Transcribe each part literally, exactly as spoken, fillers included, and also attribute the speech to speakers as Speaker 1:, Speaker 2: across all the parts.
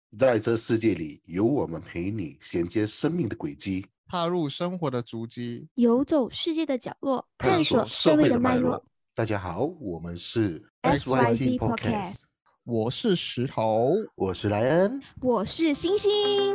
Speaker 1: 在这世界里，有我们陪你衔接生命的轨迹，
Speaker 2: 踏入生活的足迹，
Speaker 3: 游走世界的角落，
Speaker 1: 探索社会的脉络。大家好，我们是
Speaker 3: S Y Z
Speaker 1: Podcast，
Speaker 2: 我是石头，
Speaker 1: 我是莱恩，
Speaker 3: 我是星星。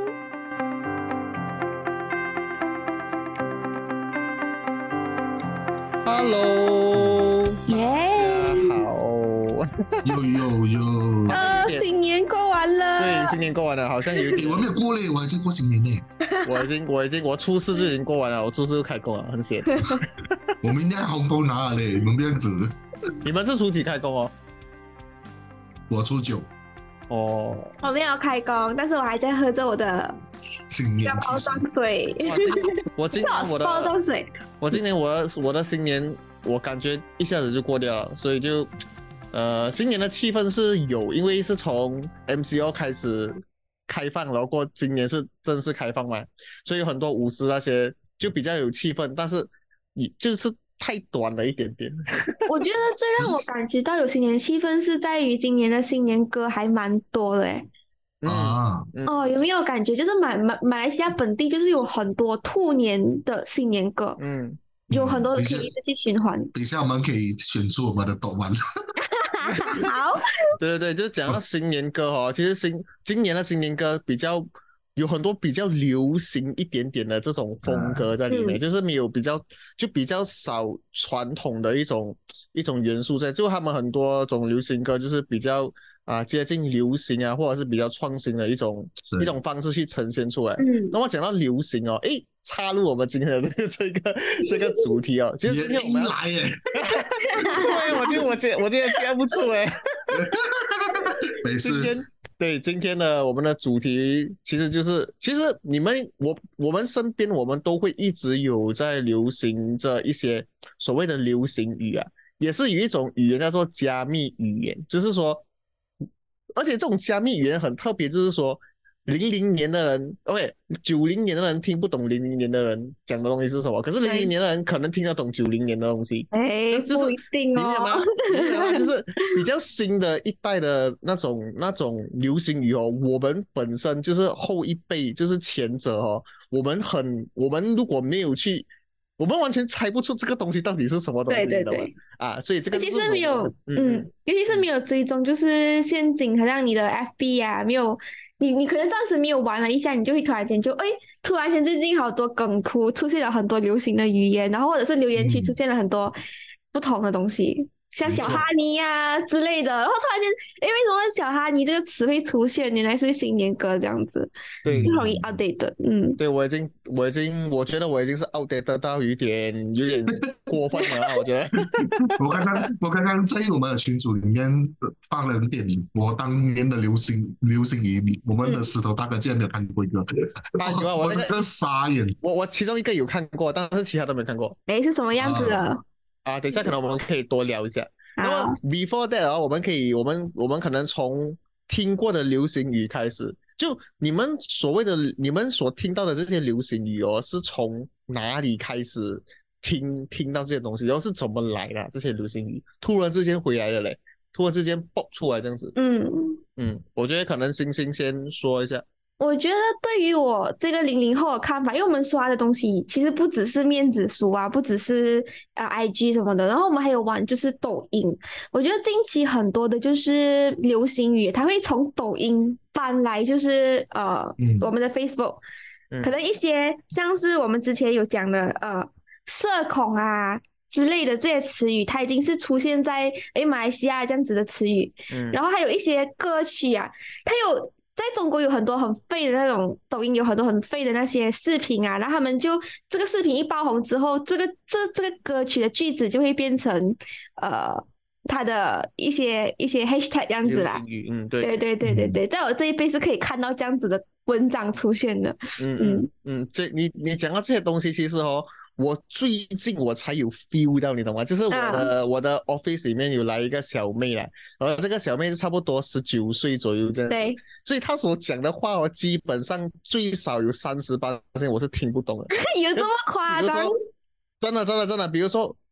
Speaker 2: Hello，
Speaker 3: 耶，
Speaker 2: 大家好，
Speaker 4: 有有有，
Speaker 3: 呃，新年过完了，
Speaker 2: 对，新年过完了，好像有一点，
Speaker 4: 我没有过嘞，我还在过新年呢。
Speaker 2: 我已经，我已经，我初四就已经过完了，我初四就开工了，很闲。
Speaker 4: 我明天红包拿了嘞，你们这样子。
Speaker 2: 你们是初几开工哦？
Speaker 4: 我初九。
Speaker 2: 哦，
Speaker 3: 我没有开工，但是我还在喝着我的
Speaker 4: 新年
Speaker 3: 包装水。
Speaker 2: 我今年我的
Speaker 3: 包装水，
Speaker 2: 我今年我的我的新年，我感觉一下子就过掉了，所以就呃，新年的气氛是有，因为是从 M C O 开始开放，然后过今年是正式开放嘛，所以有很多舞狮那些就比较有气氛，但是你就是太短了一点点。
Speaker 3: 我觉得最让我感觉到有新年气氛是在于今年的新年歌还蛮多的诶。
Speaker 4: 啊，
Speaker 2: 嗯、
Speaker 3: 哦，有没有感觉就是马马马来西亚本地就是有很多兔年的新年歌，
Speaker 2: 嗯，
Speaker 3: 有很多可
Speaker 4: 等一下
Speaker 3: 以一直去循环。
Speaker 4: 等一下我们可以选出我们的抖完。
Speaker 3: 好，
Speaker 2: 对对对，就讲到新年歌哦，其实新今年的新年歌比较有很多比较流行一点点的这种风格在里面，
Speaker 3: 嗯
Speaker 2: 就是没有比较就比较少传统的一种一种元素在，就他们很多种流行歌就是比较啊、接近流行啊，或者是比较创新的一种
Speaker 4: 对
Speaker 2: 一种方式去呈现出来。
Speaker 3: 嗯，
Speaker 2: 那么讲到流行哦，诶，插入我们今天的这个这个这个主题哦，其实今天我们要
Speaker 4: 来耶，
Speaker 2: 不错哎，我觉得我觉我觉得这样不错哎。
Speaker 4: 没
Speaker 2: 今天
Speaker 4: 事。
Speaker 2: 对今天的我们的主题其实就是，其实你们我我们身边我们都会一直有在流行着一些所谓的流行语啊，也是有一种语言叫做加密语言，就是说，而且这种加密语言很特别，就是说。零零年的人 ，OK， 九零年的人听不懂零零年的人讲的东西是什么，可是零零年的人可能听得懂九零年的东西。
Speaker 3: 哎，
Speaker 2: 就是
Speaker 3: 不一定
Speaker 2: 你明白吗
Speaker 3: 哦。？
Speaker 2: 你明白吗？就是比较新的一代的那种那种流行语哦，我们本身就是后一辈，就是前者哦，我们很，我们如果没有去，我们完全猜不出这个东西到底是什么东西，
Speaker 3: 对对
Speaker 2: 你知道吗
Speaker 3: 对，
Speaker 2: 啊，所以这个
Speaker 3: 尤其
Speaker 2: 就是
Speaker 3: 是没有，
Speaker 2: 嗯
Speaker 3: 嗯，尤其是没有追踪，就是陷阱，好像你的 F B 啊，没有，你你可能暂时没有玩了一下，你就会突然间就，哎，突然间最近好多梗图出现了很多流行的语言，然后或者是留言区
Speaker 4: 嗯
Speaker 3: 出现了很多不同的东西，像
Speaker 4: 没错
Speaker 3: 小哈尼呀、之类的，然后突然间，哎，为什么小哈尼这个词会出现？原来是新年歌这样子，
Speaker 2: 对
Speaker 3: 就容易 update 的，嗯。
Speaker 2: 对，我已经我已经我觉得我已经是 outdated 到有点有点过分了啊，我觉得。
Speaker 4: 我刚刚我刚刚在我们的群组里面放了点我当年的流行流行语，我们的石头大哥竟然没有看过一个，
Speaker 2: 啊有啊我那个
Speaker 4: 我这个傻眼。
Speaker 2: 我我其中一个有看过，但是其他都没看过。
Speaker 3: 哎，是什么样子的？
Speaker 2: 啊，等一下可能我们可以多聊一下。那
Speaker 3: 好
Speaker 2: 么 before that 啊，我们可以，我们我们可能从听过的流行语开始。就你们所谓的你们所听到的这些流行语哦，是从哪里开始听听到这些东西，然后是怎么来的啊这些流行语？突然之间回来了嘞，突然之间爆出来这样子。
Speaker 3: 嗯。
Speaker 2: 嗯，我觉得可能星星先说一下。
Speaker 3: 我觉得对于我这个零零后的看法，因为我们刷的东西其实不只是面子书啊，不只是呃 I G 什么的，然后我们还有玩就是抖音。我觉得近期很多的就是流行语，它会从抖音搬来，就是呃、
Speaker 4: 嗯
Speaker 3: 我们的 Facebook，
Speaker 2: 嗯
Speaker 3: 可能一些像是我们之前有讲的呃社恐啊之类的这些词语，它已经是出现在诶马来西亚这样子的词语。
Speaker 2: 嗯
Speaker 3: 然后还有一些歌曲啊，它有在中国有很多很废的那种，抖音有很多很废的那些视频啊，然后他们就这个视频一爆红之后，这个这这个歌曲的句子就会变成呃它的一些一些 hashtag 这样子啦
Speaker 2: 流行。语，嗯，对，
Speaker 3: 对对对对对，在我这一辈是可以看到这样子的文章出现的。
Speaker 2: 嗯嗯
Speaker 3: 嗯
Speaker 2: 嗯，这你你讲到这些东西，其实哦，我最近我才有 feel 到，你懂吗？就是我的、
Speaker 3: 啊
Speaker 2: 我的 office 里面有来一个小妹啦，然后这个小妹是差不多十九岁左右这样子，
Speaker 3: 对，
Speaker 2: 所以她所讲的话哦，基本上最少有三十八%我是听不懂的。
Speaker 3: 有这么夸张？
Speaker 2: 比如说真的真的真的，比如说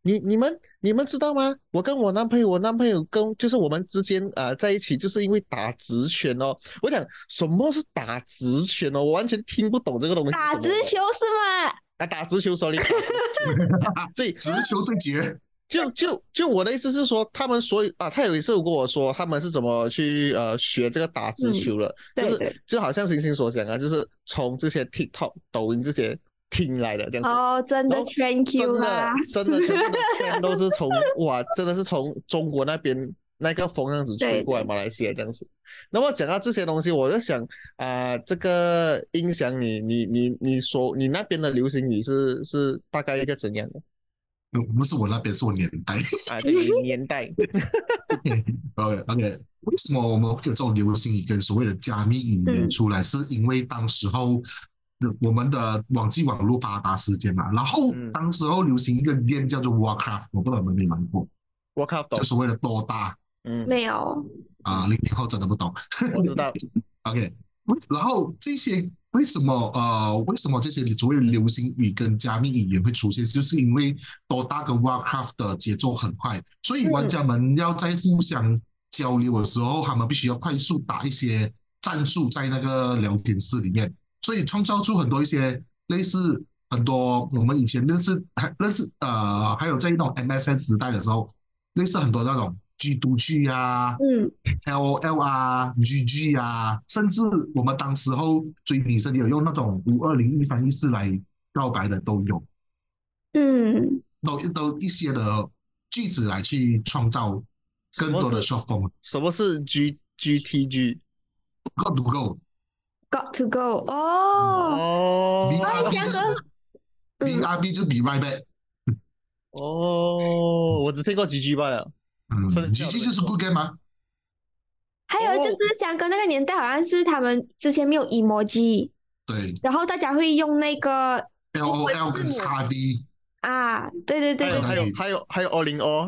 Speaker 2: 你你们你们知道吗？我跟我男朋友，我男朋友跟就是我们之间啊、呃在一起，就是因为打直拳哦。我讲什么是打直拳哦，我完全听不懂这个东西是什么。
Speaker 3: 打直球是吗？
Speaker 2: 啊，打直球，sorry，打直球。对，
Speaker 4: 直球对决。
Speaker 2: 就就就我的意思是说，他们所以啊，他有一次有跟我说他们是怎么去呃学这个打直球的，就是
Speaker 3: 对对
Speaker 2: 就好像星星所讲啊，就是从这些 TikTok、抖音这些听来的这样子。
Speaker 3: 哦，真的
Speaker 2: 然后
Speaker 3: ，thank you
Speaker 2: 真
Speaker 3: 啦
Speaker 2: 的。真的全部的 trend 都是从哇，真的是从中国那边那个风这样子吹过来
Speaker 3: 对对
Speaker 2: 马来西亚这样子。那么讲到这些东西，我就想啊、这个影响你你你你说你那边的流行语是是大概一个怎样的
Speaker 4: 嗯不是我那边，是我年代。
Speaker 2: 啊？对，你年代
Speaker 4: OK OK，为什么我们会有这种流行语跟所谓的加密语言
Speaker 3: 嗯
Speaker 4: 出来？是因为当时候的我们的网际网络发达时间嘛，然后
Speaker 2: 嗯
Speaker 4: 当时候流行一个 game 叫做 Warcraft，我不知道你们有没有玩过，
Speaker 2: 我靠懂，
Speaker 4: 就所谓的多大
Speaker 2: 嗯，
Speaker 3: 没有，
Speaker 4: 啊，零零后真的不懂。
Speaker 2: 我知道，
Speaker 4: OK，然后这些为什么呃为什么这些所谓的流行语跟加密语言会出现？就是因为 Dota 跟 Warcraft 的节奏很快，所以玩家们要在互相交流的时候，他们必须要快速打一些战术在那个聊天室里面，所以创造出很多一些类似很多我们以前认识还认识呃还有在那种 M S N 时代的时候，类似很多那种 G 读剧啊。
Speaker 3: 嗯
Speaker 4: L O L 啊，G G 啊，甚至我们当时候追女生也有用那种五二零一三一四来告白的都有，
Speaker 3: 嗯，
Speaker 4: 都都一些的句子来去创造更多的 short form。
Speaker 2: 什么是 G G T G？
Speaker 4: Got to go，
Speaker 3: got to go，哦，
Speaker 2: 哦
Speaker 4: B R B 就是
Speaker 3: 香港
Speaker 4: B R B 就 be right back，
Speaker 2: 哦，我只听过 G G 罢了。
Speaker 4: 嗯
Speaker 2: 分
Speaker 4: ，G G 就是 good game 吗？
Speaker 3: 还有就是香港那个年代，好像是他们之前没有 emoji，
Speaker 4: 对
Speaker 3: 然后大家会用那个
Speaker 4: ，L O L 跟 X D，
Speaker 3: 啊，对对对
Speaker 2: 还有
Speaker 3: 对对，
Speaker 2: 还有还有还有 all in all，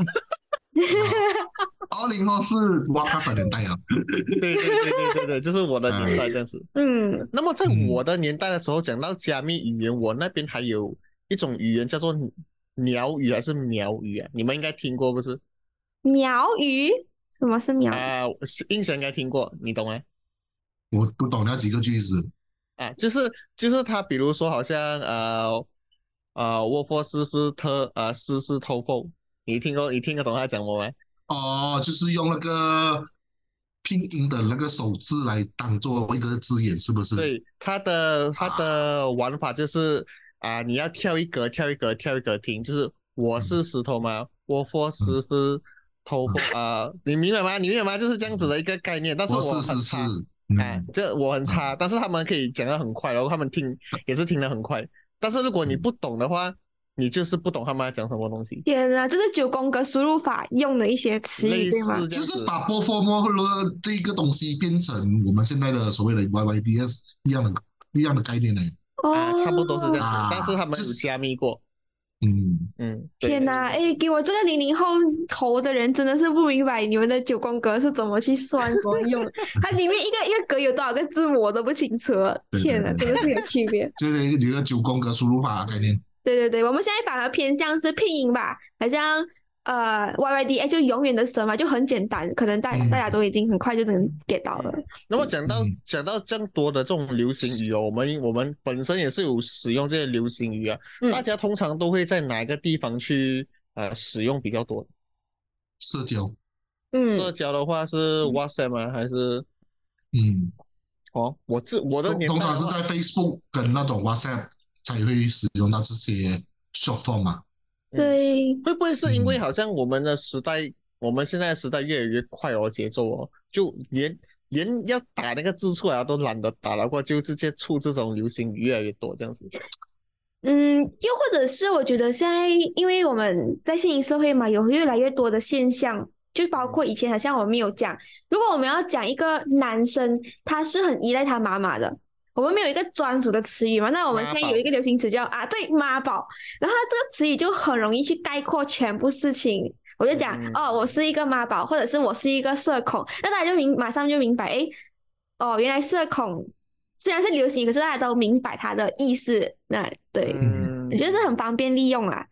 Speaker 4: 二零二是 Warcraft 的年代啊，
Speaker 2: 对对对对对对，就是我的年代这样子。
Speaker 3: 嗯
Speaker 2: 那么在我的年代的时候，讲到加密语言，我那边还有一种语言叫做鸟语还是苗语啊？你们应该听过不是？
Speaker 3: 苗语，什么是苗语？
Speaker 2: 啊、印象应该听过，你懂吗？
Speaker 4: 我不懂那几个句子。
Speaker 2: 啊，就是就是他，比如说好像呃呃，沃佛斯是特呃斯是偷风，你听过你听得懂他讲什么吗？
Speaker 4: 哦，就是用那个拼音的那个手字来当做一个字眼，是不是？
Speaker 2: 对，他的他的玩法就是啊、你要跳一格跳一格跳一格听，就是我是石头吗？沃佛斯是偷风啊、你明白吗？你明白吗？就是这样子的一个概念，但是
Speaker 4: 我
Speaker 2: 我
Speaker 4: 是是是，
Speaker 2: 很差。啊，
Speaker 4: 嗯，
Speaker 2: 这我很差，但是他们可以讲得很快，然后他们听也是听得很快。但是如果你不懂的话，你就是不懂他们在讲什么东西，
Speaker 3: 天啊，这是九宫格输入法用的一些词
Speaker 2: 类
Speaker 3: 语，对吗？
Speaker 4: 就
Speaker 2: 似这样子。
Speaker 4: 是把波 o 摩的这个东西变成我们现在的所谓的 Y Y D S 一样的一样的概念呢。
Speaker 2: 啊，差不多是这样子，
Speaker 4: 啊
Speaker 2: 但是他们有
Speaker 4: 就是
Speaker 2: 加密过。
Speaker 4: 嗯，
Speaker 2: 嗯，对
Speaker 3: 天哪，哎，给我这个零零后头的人真的是不明白你们的九宫格是怎么去算、怎么用，它里面一个一个格有多少个字母我都不清楚了。天哪，真的是有区别。
Speaker 4: 就是一个九宫格输入法的概念。
Speaker 3: 对对对，我们现在反而偏向是拼音吧，好像呃 Y Y D， 哎，就永远的神嘛，就很简单，可能大
Speaker 4: 嗯
Speaker 3: 大家都已经很快就能 get 到了。
Speaker 2: 那么讲到
Speaker 4: 嗯
Speaker 2: 讲到这样多的这种流行语哦，我们我们本身也是有使用这些流行语啊，
Speaker 3: 嗯
Speaker 2: 大家通常都会在哪一个地方去呃使用比较多？
Speaker 4: 社交，
Speaker 2: 社
Speaker 3: 嗯，
Speaker 2: 交的话是 WhatsApp 吗？还是
Speaker 4: 嗯，
Speaker 2: 哦，我这我的
Speaker 4: 通
Speaker 2: 年代的话
Speaker 4: 通常是在 Facebook 跟那种 WhatsApp 才会使用到这些 short form 嘛。
Speaker 2: 嗯
Speaker 3: 对，
Speaker 2: 会不会是因为
Speaker 4: 嗯
Speaker 2: 好像我们的时代，我们现在的时代越来越快哦，节奏哦，就连连要打那个字出来都懒得打了，过就直接出这种流行语越来越多这样子。
Speaker 3: 嗯，又或者是我觉得现在，因为我们在现行社会嘛，有越来越多的现象，就包括以前好像我们有讲，如果我们要讲一个男生，他是很依赖他妈妈的，我们没有一个专属的词语嘛，那我们现在有一个流行词叫啊，对，妈宝，然后这个词语就很容易去概括全部事情。我就讲、
Speaker 2: 嗯
Speaker 3: 哦，我是一个妈宝，或者是我是一个社恐，那大家就明马上就明白，诶，哦，原来社恐虽然是流行，可是大家都明白它的意思。那对，
Speaker 2: 嗯
Speaker 3: 我觉得是很方便利用啦。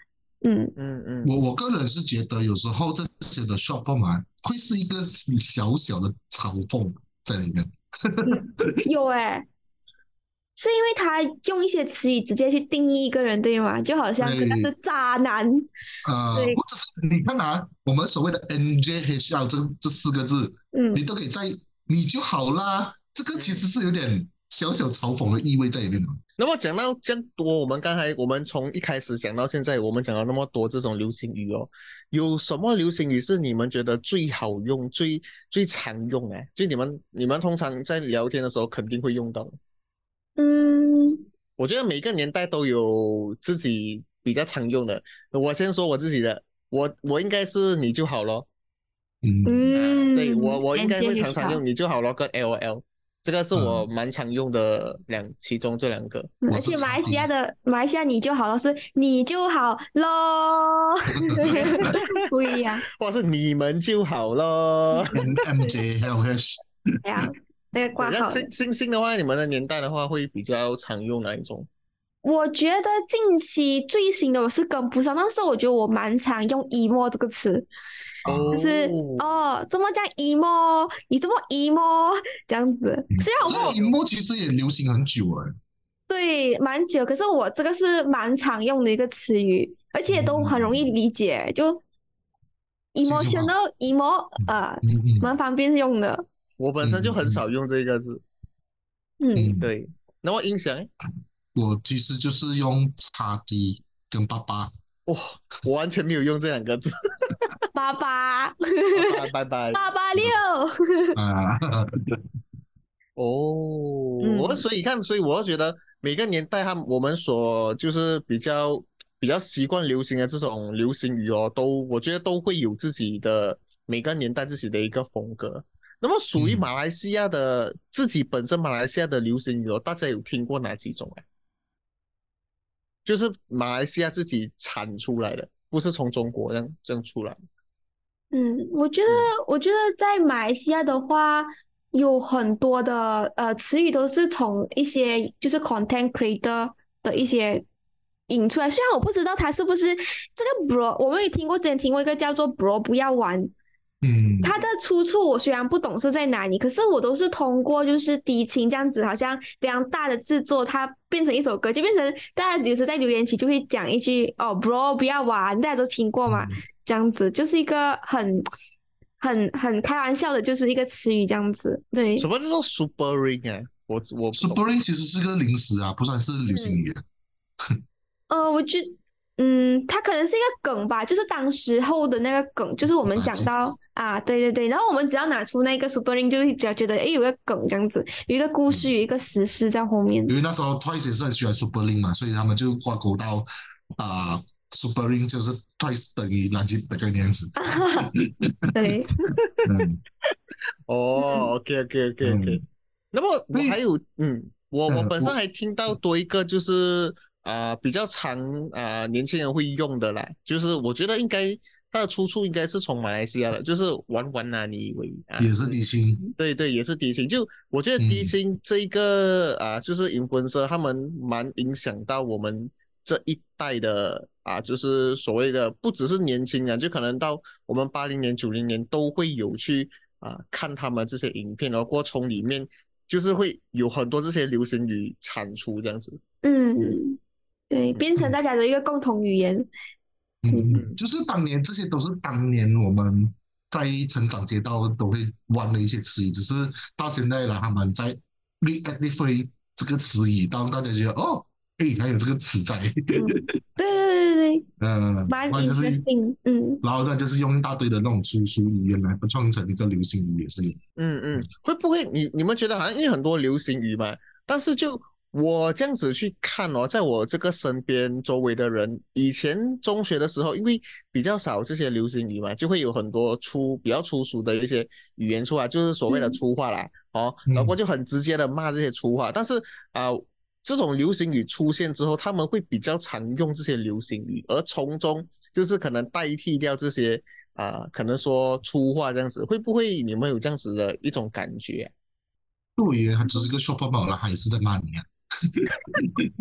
Speaker 3: 嗯
Speaker 2: 嗯嗯，
Speaker 4: 我我个人是觉得有时候这些的 short form 啊，会是一个小小的嘲讽在里面。
Speaker 3: 嗯，有诶，是因为他用一些词语直接去定义一个人，对吗？就好像这个是
Speaker 4: 对，
Speaker 3: 渣男，
Speaker 4: 呃，
Speaker 3: 对，
Speaker 4: 或者是你看啊，我们所谓的 N J H L 这这四个字，你
Speaker 3: 嗯
Speaker 4: 都可以在你就好啦，这个其
Speaker 2: 嗯。
Speaker 4: 实是有点小小嘲讽的意味在里面的。
Speaker 2: 那么讲到这样多，我们刚才我们从一开始讲到现在，我们讲了那么多这种流行语哦，有什么流行语是你们觉得最好用、最最常用哎？就你们你们通常在聊天的时候肯定会用到的。
Speaker 3: 嗯
Speaker 2: 我觉得每个年代都有自己比较常用的。我先说我自己的，我我应该是你就好咯。
Speaker 4: 嗯
Speaker 2: 啊，对，
Speaker 3: 嗯
Speaker 2: 我我应该会常常用
Speaker 3: ，N J H L，
Speaker 2: 你就好咯跟 L O L，这个是我
Speaker 4: 嗯，
Speaker 2: 蛮常用的两其中这两个。
Speaker 3: 嗯而
Speaker 4: 我是
Speaker 3: 且马来西亚
Speaker 4: 差低。
Speaker 3: 的马来西亚你就好了，是你就好咯，不一样，
Speaker 2: 或者是你们就好咯。
Speaker 4: M M J L H。
Speaker 3: 这样那个
Speaker 2: 对，那
Speaker 3: 挂号的。
Speaker 2: 星星星的话，你们的年代的话，会比较常用哪一种？
Speaker 3: 我觉得近期最新的我是跟不上，但是我觉得我蛮常用 emo 这个词，就
Speaker 4: 啊，
Speaker 3: 是
Speaker 2: 哦，
Speaker 3: 哦，怎么讲 emo？你这么 emo 这样子？虽然
Speaker 4: 这个
Speaker 3: 我
Speaker 4: 荧幕其实也流行很久了。
Speaker 3: 对蛮久，可是我这个是蛮常用的一个词语，而且都很容易
Speaker 4: 嗯，
Speaker 3: 理解，就
Speaker 4: 这就好。
Speaker 3: emotional emo
Speaker 4: 嗯
Speaker 3: 呃，
Speaker 4: 嗯嗯
Speaker 3: 蛮方便用的。
Speaker 2: 我本身就
Speaker 4: 嗯嗯
Speaker 2: 很少用这个字。
Speaker 3: 嗯，
Speaker 4: 嗯，
Speaker 2: 对，那么音响诶，
Speaker 4: 我其实就是用叉 D 跟爸爸。
Speaker 2: 哇、我完全没有用这两个字。
Speaker 3: 八八
Speaker 2: 拜拜拜拜。
Speaker 3: 八八六，
Speaker 4: 啊，
Speaker 2: 哦，我
Speaker 3: 嗯
Speaker 2: 所以看，所以我就觉得每个年代他们我们所就是比较比较习惯流行的这种流行语哦，都我觉得都会有自己的每个年代自己的一个风格。那么属于
Speaker 4: 嗯，
Speaker 2: 马来西亚的自己本身马来西亚的流行语哦，大家有听过哪几种啊？就是马来西亚自己产出来的，不是从中国这样这样出来。
Speaker 3: 嗯，我觉得，
Speaker 2: 嗯
Speaker 3: 我觉得在马来西亚的话，有很多的呃词语都是从一些就是 content creator 的一些引出来。虽然我不知道他是不是这个 bro，我们也听过，之前听过一个叫做 bro 不要玩，
Speaker 4: 嗯
Speaker 3: 它的出处我虽然不懂是在哪里，可是我都是通过就是低清这样子，好像非常大的制作，它变成一首歌，就变成大家有时在留言区就会讲一句哦，bro 不要玩，大家都听过嘛，
Speaker 4: 嗯，
Speaker 3: 这样子就是一个很很很开玩笑的，就是一个词语这样子。对，
Speaker 2: 什么叫做 Super Ring 啊？我我不懂。
Speaker 4: Super Ring 其实是个零食啊，不算是流行
Speaker 3: 嗯，
Speaker 4: 语啊。
Speaker 3: 呃，我觉嗯，它可能是一个梗吧，就是当时候的那个梗，就是我们
Speaker 4: 啊，这
Speaker 3: 讲到啊，对对对，然后我们只要拿出那个 Super Ring，就会只要觉得诶有个梗这样子，有一个故事，
Speaker 4: 嗯，
Speaker 3: 有一个时事在后面。
Speaker 4: 因为那时候 Twice 也是很喜欢 Super Ring 嘛，所以他们就挂钩到啊、Super Ring 就是 Twice 等于南极的概念样子。
Speaker 3: 对，
Speaker 4: 嗯
Speaker 2: 哦
Speaker 3: 嗯
Speaker 2: ，OK OK OK OK。
Speaker 4: 嗯，
Speaker 2: 那么
Speaker 4: 所以
Speaker 2: 我还有，嗯，我我
Speaker 4: 嗯我
Speaker 2: 本身还听到多一个，就是啊、比较常啊、年轻人会用的啦，就是我觉得应该它的出处应该是从马来西亚的，就是玩玩啊，你以为啊？
Speaker 4: 也是低薪。
Speaker 2: 对对，也是低薪。就我觉得低
Speaker 4: 嗯
Speaker 2: 薪这一个啊，就是 influencer 他们蛮影响到我们这一代的啊，就是所谓的不只是年轻人，就可能到我们八零年、九零年都会有去啊看他们这些影片，然后过后从里面就是会有很多这些流行语产出这样子。
Speaker 3: 嗯，对，变成
Speaker 4: 嗯
Speaker 3: 大家的一个共同语言。
Speaker 4: 嗯
Speaker 3: 嗯
Speaker 4: 嗯，就是当年这些都是当年我们在成长街道都会玩的一些词语，只是到现在了，他们在 reactivate 这个词语，让大家觉得哦，诶，还有这个词在。
Speaker 3: 嗯，对对对对，
Speaker 4: 嗯，
Speaker 3: 蛮
Speaker 4: 不然就是，
Speaker 3: interesting。嗯
Speaker 4: 然后呢，就是用一大堆的那种粗俗语言来创成一个流行语，也是有。
Speaker 2: 嗯嗯，会不会你你们觉得好像因为很多流行语嘛，但是就我这样子去看哦，在我这个身边周围的人，以前中学的时候，因为比较少这些流行语嘛，就会有很多粗比较粗俗的一些语言出来，就是所谓的
Speaker 3: 嗯
Speaker 2: 粗话啦，哦，然后
Speaker 4: 嗯
Speaker 2: 就很直接的骂这些粗话，但是啊、呃这种流行语出现之后，他们会比较常用这些流行语，而从中就是可能代替掉这些啊、可能说粗话这样子，会不会你们有这样子的一种感觉啊？
Speaker 4: 对耶，他只是个 short form 了，他也是在骂你啊。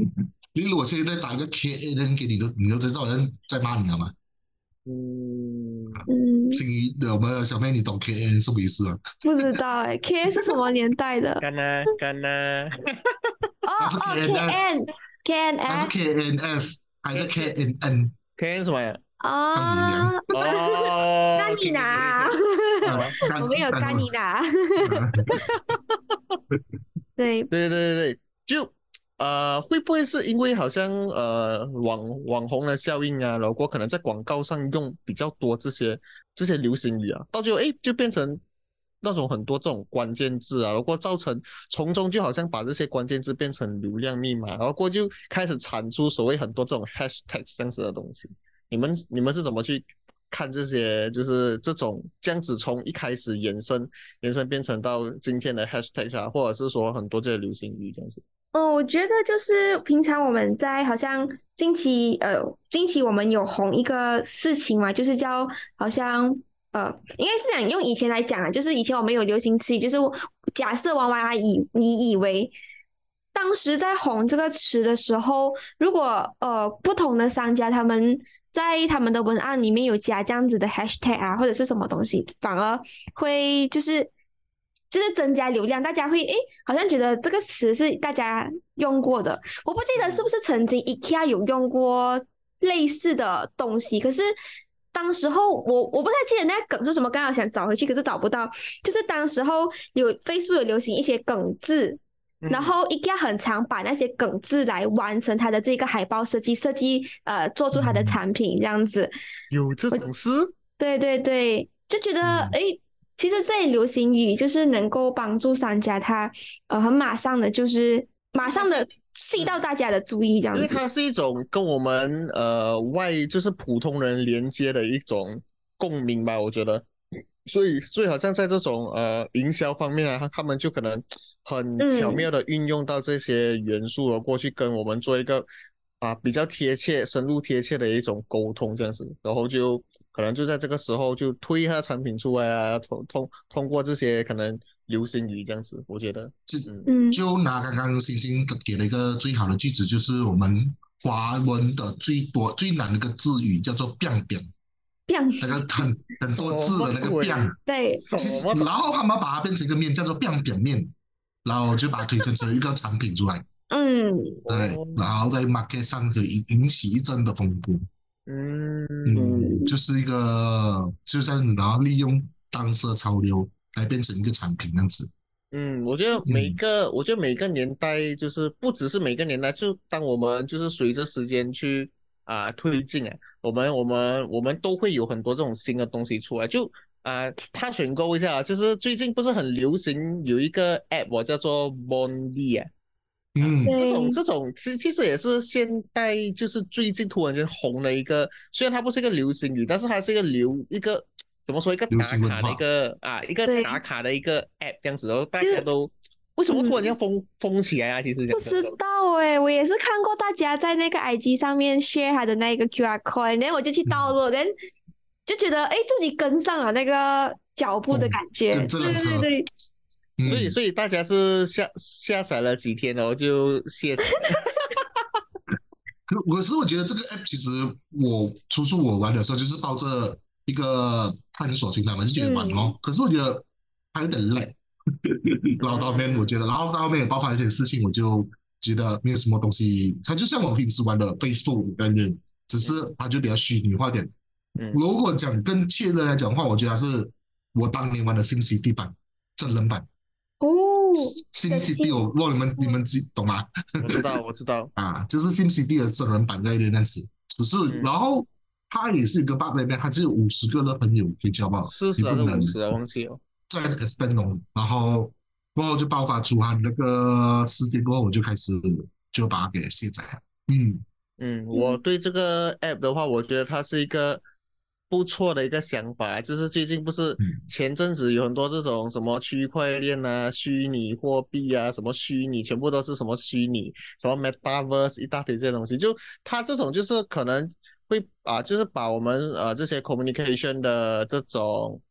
Speaker 4: 你如果现在打一个 K N N 给你的，你都知道人在骂你了吗？
Speaker 2: 嗯，
Speaker 3: 嗯，
Speaker 4: 心仪的我们小妹，你懂 K N N 是什么意思吗？
Speaker 3: 不知道哎，K 是什么年代的？
Speaker 2: 干呐干呐，
Speaker 3: 哦
Speaker 4: 那是
Speaker 3: 哦
Speaker 4: K N S，
Speaker 3: ，K N K N
Speaker 4: 它是
Speaker 3: F
Speaker 4: K N S 还是
Speaker 2: K-
Speaker 4: K N N？
Speaker 2: 看什么呀？
Speaker 4: 看你娘！
Speaker 3: 啊，
Speaker 2: 哦，
Speaker 3: 干你拿！
Speaker 2: 哦，
Speaker 3: 我没有干你拿。对，
Speaker 2: 对对对对，就呃，会不会是因为好像呃网网红的效应啊，然后可能在广告上用比较多这些这些流行语啊，到最后诶就变成那种很多这种关键字啊，然后造成从中就好像把这些关键字变成流量密码，然后过后就开始产出所谓很多这种 hashtag 这样子的东西。你们你们是怎么去看这些，就是这种这样子从一开始延伸延伸变成到今天的 hashtag 啊，或者是说很多这些流行语这样子？
Speaker 3: 嗯，我觉得就是平常我们在好像近期呃近期我们有红一个事情嘛，就是叫好像呃应该是讲用以前来讲啊，就是以前我们有流行词语，就是假设娃娃以你以为当时在红这个词的时候，如果呃不同的商家他们在他们的文案里面有加这样子的 hashtag 啊或者是什么东西，反而会就是就是增加流量，大家会诶好像觉得这个词是大家用过的。我不记得是不是曾经 IKEA 有用过类似的东西，可是当时候我我不太记得那个梗是什么，刚好想找回去，可是找不到。就是当时候有 Facebook 有流行一些梗字。然后 IKEA 很常把那些梗字来完成它的这个海报设计，设计呃做出它的产品这样子。
Speaker 2: 有这种事？
Speaker 3: 对对对，就觉得
Speaker 4: 嗯
Speaker 3: 诶，其实这类流行语就是能够帮助商家他呃很马上的就是马上的吸到大家的注意这样子。
Speaker 2: 因为它是一种跟我们呃外就是普通人连接的一种共鸣吧，我觉得。所以，所以好像在这种呃营销方面啊，他他们就可能很巧妙
Speaker 3: 嗯，
Speaker 2: 的运用到这些元素了，过去跟我们做一个啊比较贴切、深入贴切的一种沟通，这样子，然后就可能就在这个时候就推一下产品出来啊，通通通过这些可能流行语这样子，我觉得，
Speaker 4: 就
Speaker 2: 嗯
Speaker 3: 嗯
Speaker 4: 就拿刚刚星星给了一个最好的句子，就是我们华文的最多最难的一个字语叫做“变变”，那个很很多字的那个“变”，
Speaker 3: 对，
Speaker 2: 什
Speaker 4: 其实
Speaker 2: 么
Speaker 4: 然后他们把它变成一个面，叫做“变扁面”，然后就把它推陈成一个产品出来，
Speaker 3: 嗯
Speaker 4: 对，
Speaker 2: 哦
Speaker 4: 然后在 market 上就引引起一阵的风波。
Speaker 2: 嗯
Speaker 4: 嗯，就是一个就这样子，然后利用当时的潮流来变成一个产品这样子。
Speaker 2: 嗯，我觉得每
Speaker 4: 嗯
Speaker 2: 个，我觉得每个年代就是不只是每个年代，就当我们就是随着时间去啊、推进啊，我们我们我们都会有很多这种新的东西出来。就啊、他选购一下啊，就是最近不是很流行有一个 app 我叫做 Bondi 啊，啊，
Speaker 4: 嗯
Speaker 2: 这种
Speaker 3: 对，
Speaker 2: 这种其其实也是现代就是最近突然间红的一个，虽然它不是一个流行语，但是它是一个流一个怎么说一个
Speaker 4: 流
Speaker 2: 打卡的一
Speaker 4: 行文化。
Speaker 2: 个啊一个
Speaker 3: 对，
Speaker 2: 打卡的一个 app 这样子，然后大
Speaker 3: 其实
Speaker 2: 家都为什么突然间
Speaker 3: 嗯。
Speaker 2: 疯疯起来啊？其实
Speaker 3: 不知
Speaker 2: 讲真的，
Speaker 3: 道诶，我也是看过大家在那个 I G 上面 share 他的那个 Q R code，然后我就去
Speaker 4: 嗯，
Speaker 3: download，然后就觉得诶自己跟上了那个脚步的
Speaker 4: 哦，
Speaker 3: 感觉。
Speaker 4: 跟这
Speaker 3: 对对
Speaker 4: 辆车，
Speaker 3: 对对，
Speaker 2: 所以
Speaker 4: 嗯，
Speaker 2: 所以大家是下下载了几天，然后就卸载了。
Speaker 4: 可可是我觉得这个 app 其实我初初我玩的时候就是抱着一个探索心态嘛，就觉得玩
Speaker 3: 嗯
Speaker 4: 哦。可是我觉得还有点累，然后到后面我
Speaker 2: 嗯
Speaker 4: 觉得，然后到后面也爆发一点事情，我就觉得没有什么东西，它就像我平时玩的 Facebook 的概念，只是
Speaker 2: 嗯
Speaker 4: 它就比较虚拟化点。
Speaker 2: 嗯
Speaker 4: 如果讲更确的来讲的话，我觉得它是我当年玩的 SimCity 版真人版。
Speaker 3: 哦，的
Speaker 4: SimCity
Speaker 3: 心，
Speaker 4: 我忘了你们你
Speaker 3: 嗯
Speaker 4: 们知懂吗？
Speaker 2: 我知道我知道，
Speaker 4: 啊，就是 SimCity 的真人版概念那样子。只是然
Speaker 2: 嗯，
Speaker 4: 后它也是一个 bug 在那边，它只有五十个的朋友可以交吧，
Speaker 2: 四十还
Speaker 4: 你不能
Speaker 2: 是五十啊？忘记了。
Speaker 4: 再 expand 哦。然后过后就爆发出它那个事件过后，我就开始就把它给卸载了。嗯
Speaker 2: 嗯，我
Speaker 3: 嗯
Speaker 2: 对这个 app 的话，我觉得它是一个不错的一个想法。就是最近不是
Speaker 4: 嗯
Speaker 2: 前阵子有很多这种什么区块链啊、虚拟货币啊、什么虚拟，全部都是什么虚拟、什么 metaverse 一大堆这些东西。就它这种就是可能会啊，就是把我们呃这些 communication 的这种 app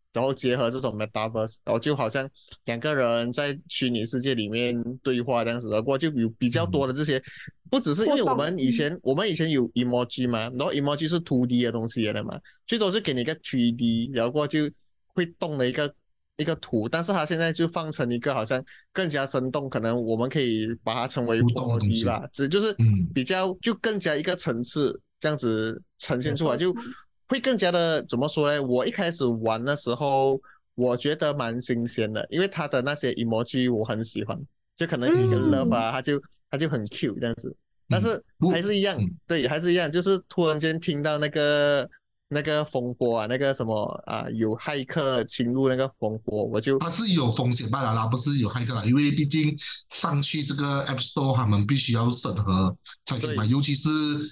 Speaker 2: 然后结合这种 metaverse，然后就好像两个人在虚拟世界里面对话这样子，然后就有比较多的这些，不只是因为我们以前我们以前有 emoji 嘛，然后 emoji 是 two D 的东西来的嘛，最多是给你一个 three D， 然后过后就会动的一个一个图，但是它现在就放成一个好像更加生动，可能我们可以把它称为
Speaker 4: 互动的
Speaker 2: four
Speaker 4: 东
Speaker 2: D
Speaker 4: 西
Speaker 2: 吧，只就是
Speaker 4: 嗯
Speaker 2: 比较就更加一个层次这样子呈现出来，就会更加的怎么说呢？我一开始玩的时候，我觉得蛮新鲜的，因为它的那些 emoji 我很喜欢，就可能一个 love 啊，它就它就很 cute 这样子，但是
Speaker 4: 不
Speaker 2: 还是一样，
Speaker 4: 嗯
Speaker 2: 对，还是一样，就是突然间听到那个那个风波啊，那个什么啊，有骇客侵入那个风波，我就
Speaker 4: 它是有风险罢了啦，不是有骇客啦，因为毕竟上去这个 App Store 他们必须要审核才可以嘛，
Speaker 2: 对
Speaker 4: 尤其是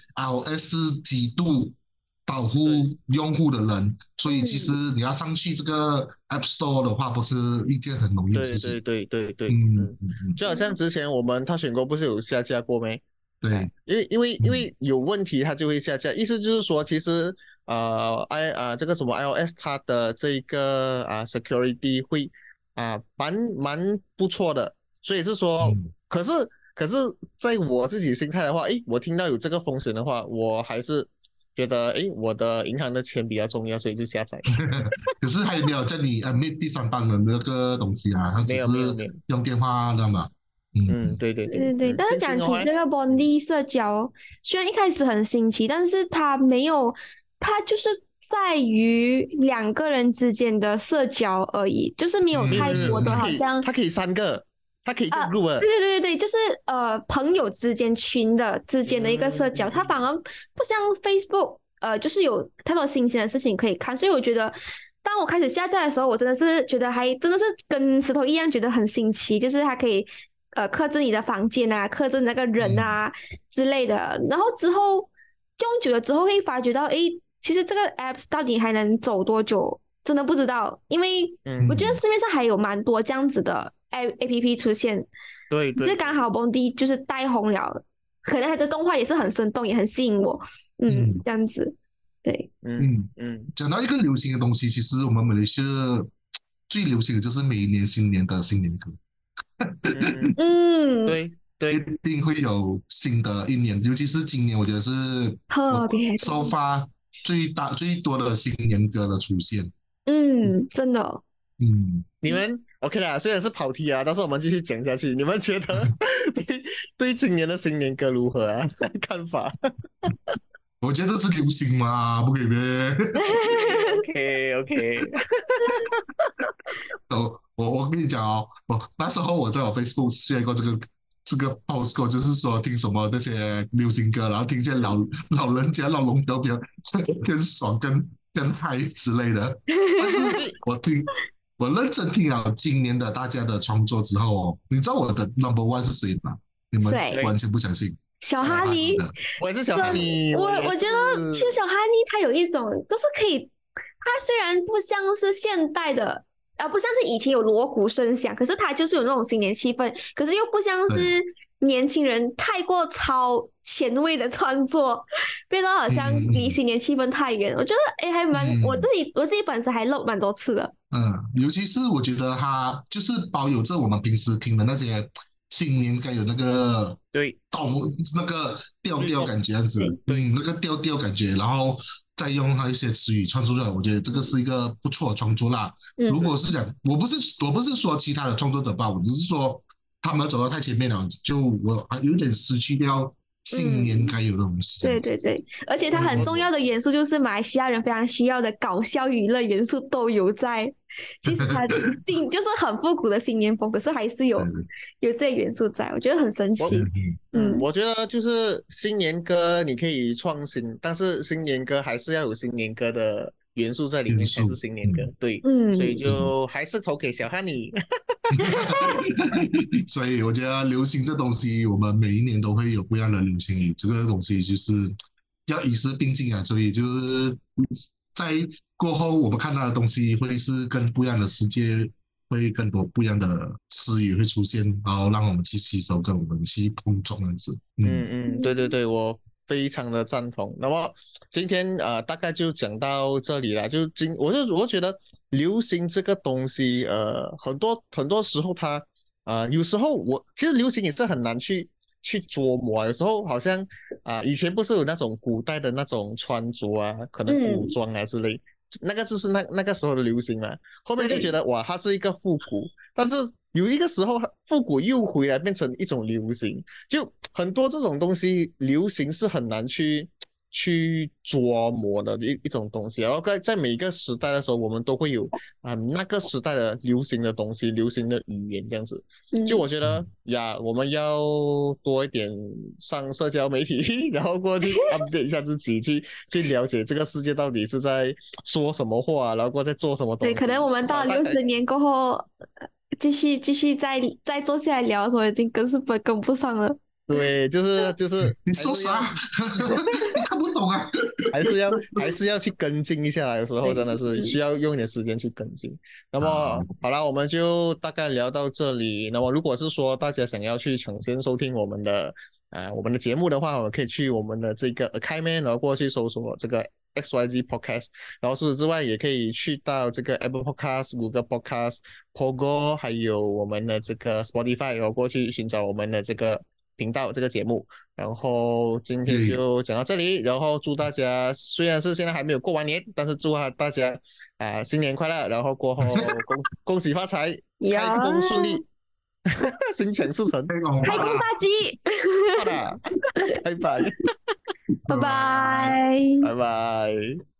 Speaker 4: iOS 是极度保护
Speaker 2: 对
Speaker 4: 用户的人，所以其实
Speaker 3: 嗯
Speaker 4: 你要上去这个 App Store 的话，不是一件很容易的事情。
Speaker 2: 对对对对对，
Speaker 4: 嗯
Speaker 2: 嗯，
Speaker 4: 嗯嗯，
Speaker 2: 就好像之前我们他选过不是有下架过没？
Speaker 4: 对，
Speaker 2: 因为因为因
Speaker 4: 嗯
Speaker 2: 为有问题，它就会下架。意思就是说，其实呃，i 啊、这个什么 iOS 它的这个啊、security 会啊、蛮蛮不错的，所以是说，
Speaker 4: 嗯，
Speaker 2: 可是可是在我自己心态的话，诶，我听到有这个风险的话，我还是觉得诶，我的银行的钱比较重要，所以就下载。
Speaker 4: 可是还没有叫你 admit 第三方的那个东西啊，它只
Speaker 2: 没有
Speaker 4: 是
Speaker 2: 没有没有，
Speaker 4: 用电话的嘛。嗯
Speaker 2: 嗯，
Speaker 4: 嗯
Speaker 2: 对对对，
Speaker 3: 对对对，
Speaker 2: 嗯，
Speaker 3: 但是讲
Speaker 2: 星星的话呢，
Speaker 3: 起这个 Bondi 社交，虽然一开始很新奇，但是它没有，它就是在于两个人之间的社交而已，就是没有
Speaker 4: 嗯
Speaker 3: 太多的，
Speaker 2: 它可以
Speaker 3: 好像
Speaker 2: 它可以三个，它可以一个
Speaker 3: 啊，
Speaker 2: group 的
Speaker 3: 对对对对对，就是呃朋友之间群的之间的一个社交，它反而不像 Facebook，呃，就是有太多新鲜的事情可以看，所以我觉得。当我开始下载的时候，我真的是觉得还真的是跟石头一样，觉得很新奇，就是它可以呃克制你的房间啊，克制那个人啊之类的。然后之后用久了之后，会发觉到，诶，其实这个 apps 到底还能走多久，真的不知道。因为
Speaker 2: 嗯
Speaker 3: 我觉得市面上还有蛮多这样子的 A A P P 出现，
Speaker 2: 对对，
Speaker 3: 只是刚好 Bondi 就是带红了，可能它的动画也是很生动，也很吸引我，嗯，
Speaker 4: 嗯
Speaker 3: 这样子，对，
Speaker 2: 嗯
Speaker 4: 嗯。
Speaker 2: 嗯
Speaker 4: 讲到一个流行的东西，其实我们马来西亚最流行的就是每一年新年的新年歌，
Speaker 2: 嗯，
Speaker 3: 嗯，
Speaker 2: 对
Speaker 4: 一
Speaker 2: 对，
Speaker 4: 定会有新的一年，尤其是今年，我觉得是
Speaker 3: 特别多
Speaker 4: 收发最大最多的新年歌的出现。
Speaker 3: 嗯，真的。
Speaker 4: 嗯，
Speaker 2: 你们 OK 啦，虽然是跑题啊，但是我们继续讲下去。你们觉得对对今年的新年歌如何啊？看法
Speaker 4: 我觉得是流行嘛，不可以呗。
Speaker 2: ？OK OK，
Speaker 4: 我我我跟你讲哦，我那时候我在我 Facebook share 过这个这个 post 过，就是说听什么那些流行歌，然后听见老老人家老龙飘飘更爽更更嗨之类的。但是我听我认真听了今年的大家的创作之后哦，你知道我的 number one 是谁吗？你们
Speaker 3: 谁
Speaker 4: 完全不相信。
Speaker 3: 小哈尼，
Speaker 4: 的，
Speaker 2: 我也是小哈尼，
Speaker 3: 我
Speaker 2: 也
Speaker 3: 我觉得其实
Speaker 2: 是
Speaker 3: 小哈尼他有一种，就是可以，他虽然不像是现代的，啊、不像是以前有锣鼓声响，可是他就是有那种新年气氛，可是又不像是年轻人太过超前卫的创作，变得好像离新年气氛太远。我觉得哎，还蛮、
Speaker 4: 嗯
Speaker 3: 我自己我自己本身还漏蛮多次的。
Speaker 4: 嗯，尤其是我觉得他就是保有着我们平时听的那些新年该有那个
Speaker 2: 对
Speaker 4: 动那个调调感觉，这样子，
Speaker 2: 对
Speaker 4: 嗯，那个调调感觉，然后再用他一些词语创作出来，我觉得这个是一个不错的创作啦。
Speaker 3: 嗯
Speaker 4: 如果是讲，我不是我不是说其他的创作者吧，我只是说他们走到太前面了，就我还有点失去掉新年该有的东西。
Speaker 3: 对对对，而且它很重要的元素就是马来西亚人非常需要的搞笑娱乐元素都有在。其实它进就是很复古的新年风，可是还是有
Speaker 4: 对对
Speaker 3: 有这些元素在，我觉得很神奇。
Speaker 4: 嗯
Speaker 2: 嗯，
Speaker 3: 嗯，
Speaker 2: 我觉得就是新年歌你可以创新，但是新年歌还是要有新年歌的元素在里面
Speaker 4: 元素
Speaker 2: 才是新年歌。对，
Speaker 3: 嗯
Speaker 2: 所以就还是投给小哈尼。
Speaker 4: 所以我觉得流行这东西，我们每一年都会有不一样的流行语，这个东西就是要与时并进啊。所以就是在过后，我们看到的东西会是跟不一样的世界，会更多不一样的词语会出现，然后让我们去吸收，跟我们去碰撞这样子。嗯
Speaker 2: 嗯嗯，对对对，我非常的赞同。那么今天呃大概就讲到这里了。就今我就我觉得流行这个东西，呃，很多很多时候它呃有时候我其实流行也是很难去去琢磨啊。有时候好像啊、以前不是有那种古代的那种穿着啊，可能古
Speaker 3: 嗯，
Speaker 2: 装啊之类，那个就是那那个时候的流行嘛。后面就觉
Speaker 3: 对，
Speaker 2: 得哇，它是一个复古，但是有一个时候复古又回来变成一种流行。就很多这种东西，流行是很难去去琢磨的一一种东西。然后在在每一个时代的时候，我们都会有啊、那个时代的流行的东西、流行的语言这样子。就我
Speaker 3: 嗯，
Speaker 2: 觉得呀，我们要多一点上社交媒体，然后过去 update 一下自己，去去了解这个世界到底是在说什么话，然后过后在做什么
Speaker 3: 对，可能
Speaker 2: 东西。至
Speaker 3: 我们到
Speaker 2: 少大概
Speaker 3: 六十年过后，呃继续继续再再坐下来聊的时候，已经跟是本跟不上了。
Speaker 2: 对，就是就是
Speaker 4: 你
Speaker 2: 还是要
Speaker 4: 说啥？你看不懂啊？
Speaker 2: 还是要还是要去跟进一下，有时候
Speaker 3: 对，
Speaker 2: 真的是
Speaker 3: 嗯，
Speaker 2: 需要用一点时间去跟进。那
Speaker 4: 啊，
Speaker 2: 么好了，我们就大概聊到这里。那么如果是说大家想要去抢先收听我们的啊、我们的节目的话，我可以去我们的这个 Academy，然后过去搜索这个 X Y Z Podcast，然后除此之外也可以去到这个 Apple Podcast、Google Podcast、Pogo，还有我们的这个 Spotify，然后过去寻找我们的这个频道这个节目。然后今天
Speaker 4: 对，
Speaker 2: 就讲到这里，然后祝大家虽然是现在还没有过完年，但是祝大家啊、新年快乐，然后过后恭恭喜发财，开
Speaker 3: 呀，
Speaker 2: 工顺利，心想事成，
Speaker 4: 太搞
Speaker 3: 开工大吉，
Speaker 2: 好的，拜拜，
Speaker 3: 拜
Speaker 4: 拜拜。
Speaker 3: 拜。
Speaker 2: 拜拜。